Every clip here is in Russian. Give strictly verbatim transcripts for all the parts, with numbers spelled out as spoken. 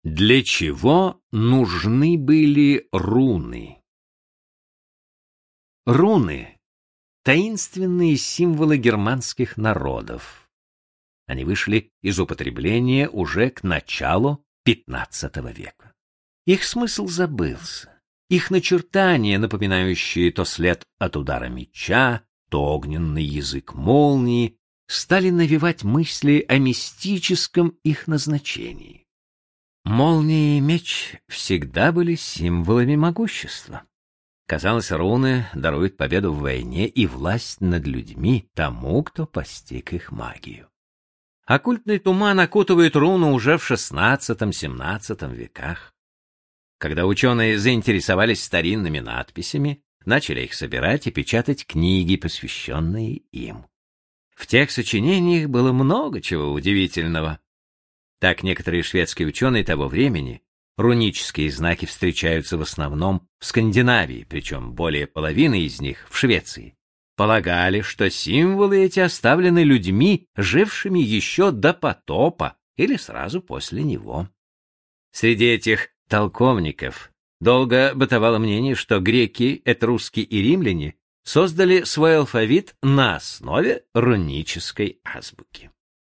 Для чего нужны были руны? Руны — таинственные символы германских народов. Они вышли из употребления уже к началу пятнадцатого века. Их смысл забылся. Их начертания, напоминающие то след от удара меча, то огненный язык молнии, стали навевать мысли о мистическом их назначении. Молния и меч всегда были символами могущества. Казалось, руны даруют победу в войне и власть над людьми тому, кто постиг их магию. Оккультный туман окутывает руны уже в шестнадцатом-семнадцатом веках. Когда ученые заинтересовались старинными надписями, начали их собирать и печатать книги, посвященные им. В тех сочинениях было много чего удивительного. Так некоторые шведские ученые того времени, рунические знаки встречаются в основном в Скандинавии, причем более половины из них в Швеции, полагали, что символы эти оставлены людьми, жившими еще до потопа или сразу после него. Среди этих толковников долго бытовало мнение, что греки, этруски и римляне создали свой алфавит на основе рунической азбуки.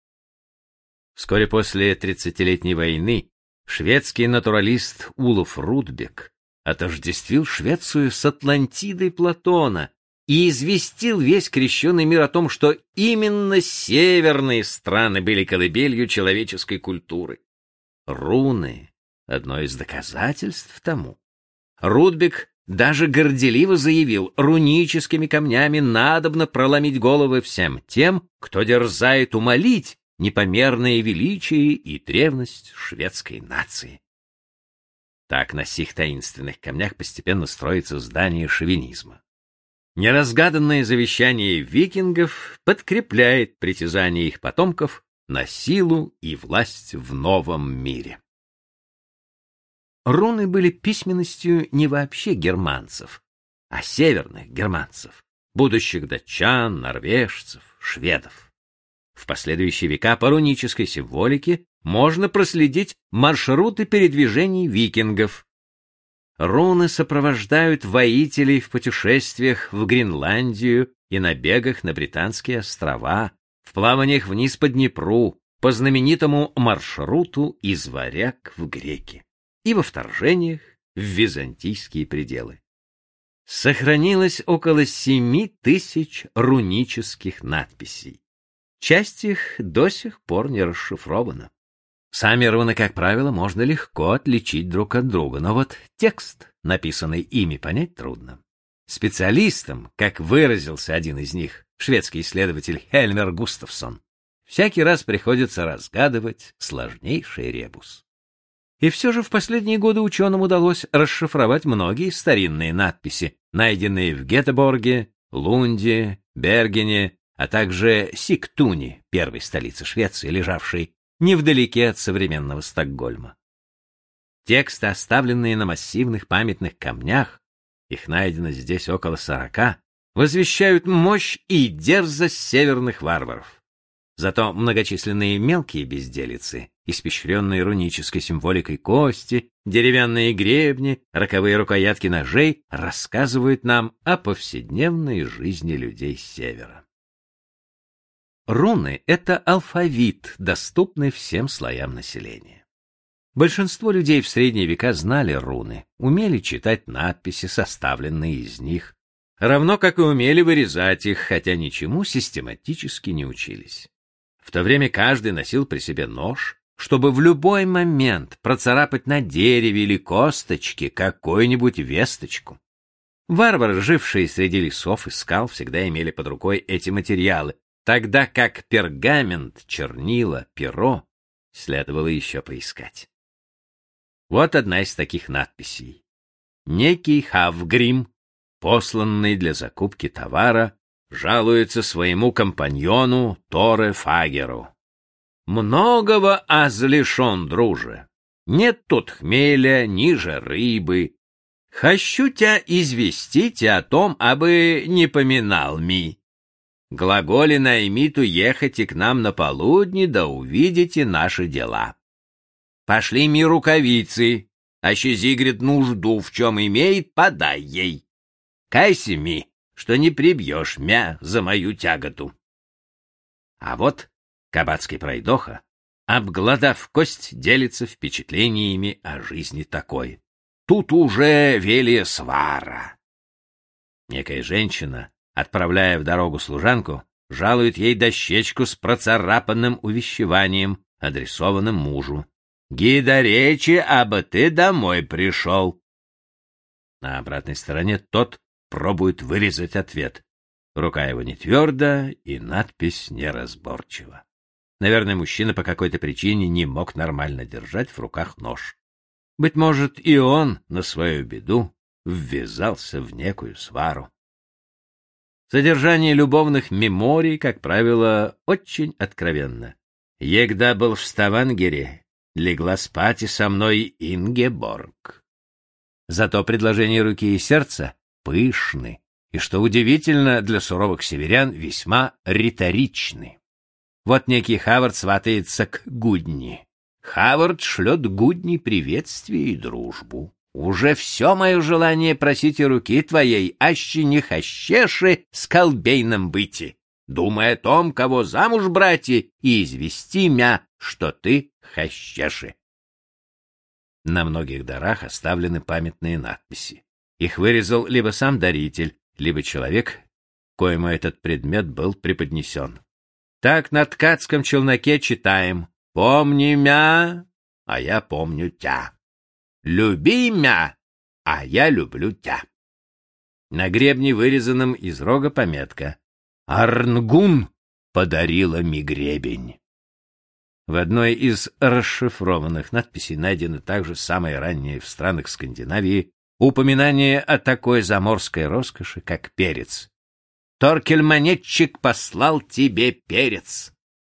Вскоре после тридцатилетней войны шведский натуралист Улов Рудбек отождествил Швецию с Атлантидой Платона и известил весь крещенный мир о том, что именно северные страны были колыбелью человеческой культуры. Руны — одно из доказательств тому. Рудбек даже горделиво заявил: руническими камнями надобно проломить головы всем тем, кто дерзает умолить непомерное величие и древность шведской нации. Так на сих таинственных камнях постепенно строится здание шовинизма. Неразгаданное завещание викингов подкрепляет притязания их потомков на силу и власть в новом мире. Руны были письменностью не вообще германцев, а северных германцев, будущих датчан, норвежцев, шведов. В последующие века по рунической символике можно проследить маршруты передвижений викингов. Руны сопровождают воителей в путешествиях в Гренландию и набегах на Британские острова, в плаваниях вниз по Днепру, по знаменитому маршруту из Варяг в Греки и во вторжениях в византийские пределы. Сохранилось около семи тысяч рунических надписей. Часть их до сих пор не расшифрована. Сами руны, как правило, можно легко отличить друг от друга, но вот текст, написанный ими, понять трудно. Специалистам, как выразился один из них, шведский исследователь Хельмер Густавсон, всякий раз приходится разгадывать сложнейший ребус. И все же в последние годы ученым удалось расшифровать многие старинные надписи, найденные в Гетеборге, Лунде, Бергене, а также Сигтуне, первой столице Швеции, лежавшей невдалеке от современного Стокгольма. Тексты, оставленные на массивных памятных камнях, их найдено здесь около сорока, возвещают мощь и дерзость северных варваров. Зато многочисленные мелкие безделицы, испещренные рунической символикой кости, деревянные гребни, роковые рукоятки ножей, рассказывают нам о повседневной жизни людей севера. Руны — это алфавит, доступный всем слоям населения. Большинство людей в средние века знали руны, умели читать надписи, составленные из них, равно как и умели вырезать их, хотя ничему систематически не учились. В то время каждый носил при себе нож, чтобы в любой момент процарапать на дереве или косточке какую-нибудь весточку. Варвары, жившие среди лесов и скал, всегда имели под рукой эти материалы, тогда как пергамент, чернила, перо следовало еще поискать. Вот одна из таких надписей. Некий Хавгрим, посланный для закупки товара, жалуется своему компаньону Торе Фагеру. «Многого азлишон, друже. Нет тут хмеля, ниже рыбы. Хочу тебя известить о том, абы не поминал ми. Глаголи наймиту ехайте к нам на полудни, да увидите наши дела. Пошли ми рукавицы, аще Зигрид нужду в чем имеет, подай ей. Кайся ми, что не прибьешь мя за мою тяготу. А вот кабацкий пройдоха, обглодав кость, делится впечатлениями о жизни такой. Тут уже велия свара. Некая женщина, отправляя в дорогу служанку, жалует ей дощечку с процарапанным увещеванием, адресованным мужу. «Гида речи, абы ты домой пришел». На обратной стороне тот пробует вырезать ответ. Рука его не тверда, и надпись неразборчива. Наверное, мужчина по какой-то причине не мог нормально держать в руках нож. Быть может, и он на свою беду ввязался в некую свару. Содержание любовных меморий, как правило, очень откровенно. «Егда был в Ставангере, легла спать и со мной Ингеборг». Зато предложения руки и сердца пышны, и, что удивительно для суровых северян, весьма риторичны. Вот некий Хавард сватается к Гудни. Хавард шлет Гудни приветствие и дружбу. Уже все мое желание просить и руки твоей, аще не хащеши с колбейном быти, думая о том, кого замуж брать, и извести мя, что ты хащеши. На многих дарах оставлены памятные надписи. Их вырезал либо сам даритель, либо человек, коему этот предмет был преподнесен. Так на ткацком челноке читаем: «Помни мя, а я помню тя. Люби мя, а я люблю тя». На гребне, вырезанном из рога, пометка: «Арнгун подарила ми гребень». В одной из расшифрованных надписей найдено также самое раннее в странах Скандинавии упоминание о такой заморской роскоши, как перец. «Торкель-монетчик послал тебе перец».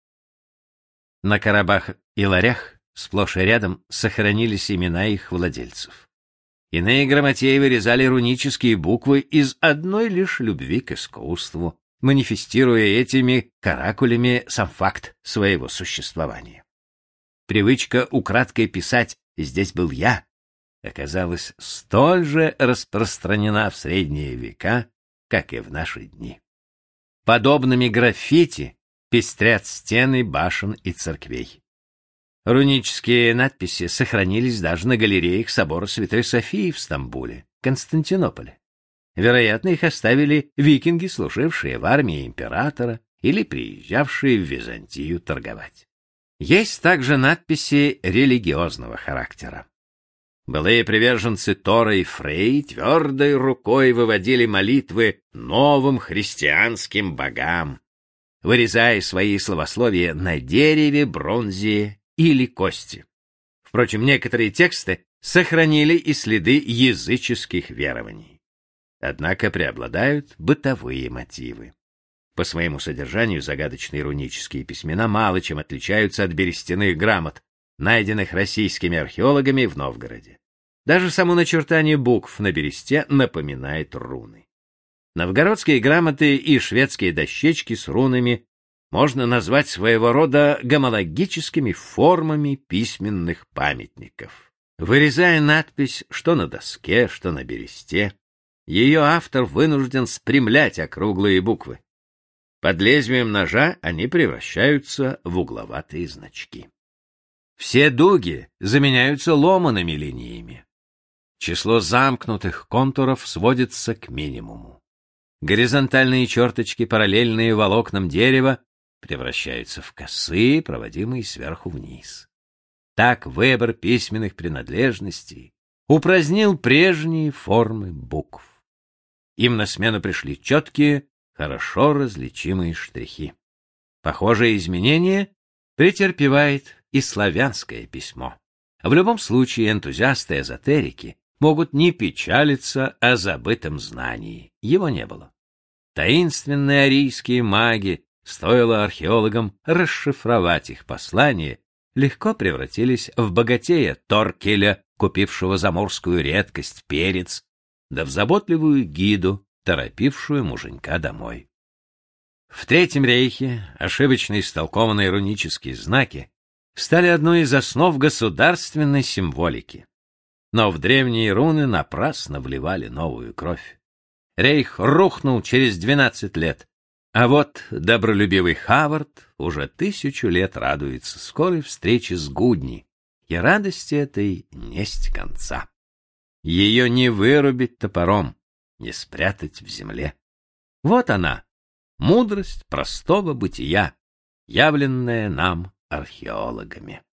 На коробах и ларях сплошь и рядом сохранились имена их владельцев. Иные грамотеи вырезали рунические буквы из одной лишь любви к искусству, манифестируя этими каракулями сам факт своего существования. Привычка украдкой писать «здесь был я» оказалась столь же распространена в средние века, как и в наши дни. Подобными граффити пестрят стены башен и церквей. Рунические надписи сохранились даже на галереях собора Святой Софии в Стамбуле, Константинополе. Вероятно, их оставили викинги, служившие в армии императора или приезжавшие в Византию торговать. Есть также надписи религиозного характера. Былые приверженцы Тора и Фрей твердой рукой выводили молитвы новым христианским богам, вырезая свои словословия на дереве, бронзе или кости. Впрочем, некоторые тексты сохранили и следы языческих верований. Однако преобладают бытовые мотивы. По своему содержанию загадочные рунические письмена мало чем отличаются от берестяных грамот, найденных российскими археологами в Новгороде. Даже само начертание букв на бересте напоминает руны. Новгородские грамоты и шведские дощечки с рунами можно назвать своего рода гомологическими формами письменных памятников. Вырезая надпись что на доске, что на бересте, ее автор вынужден спрямлять округлые буквы. Под лезвием ножа они превращаются в угловатые значки. Все дуги заменяются ломаными линиями. Число замкнутых контуров сводится к минимуму. Горизонтальные черточки, параллельные волокнам дерева, превращаются в косые, проводимые сверху вниз. Так выбор письменных принадлежностей упразднил прежние формы букв. Им на смену пришли четкие, хорошо различимые штрихи. Похожие изменения претерпевает и славянское письмо. В любом случае энтузиасты-эзотерики могут не печалиться о забытом знании. Его не было. Таинственные арийские маги, стоило археологам расшифровать их послания, легко превратились в богатея Торкеля, купившего заморскую редкость перец, да в заботливую гиду, торопившую муженька домой. В Третьем рейхе ошибочно истолкованные рунические знаки стали одной из основ государственной символики. Но в древние руны напрасно вливали новую кровь. Рейх рухнул через двенадцать лет, а вот добролюбивый Хавард уже тысячу лет радуется скорой встрече с Гудни, и радости этой несть конца. Ее не вырубить топором, не спрятать в земле. Вот она, мудрость простого бытия, явленная нам археологами.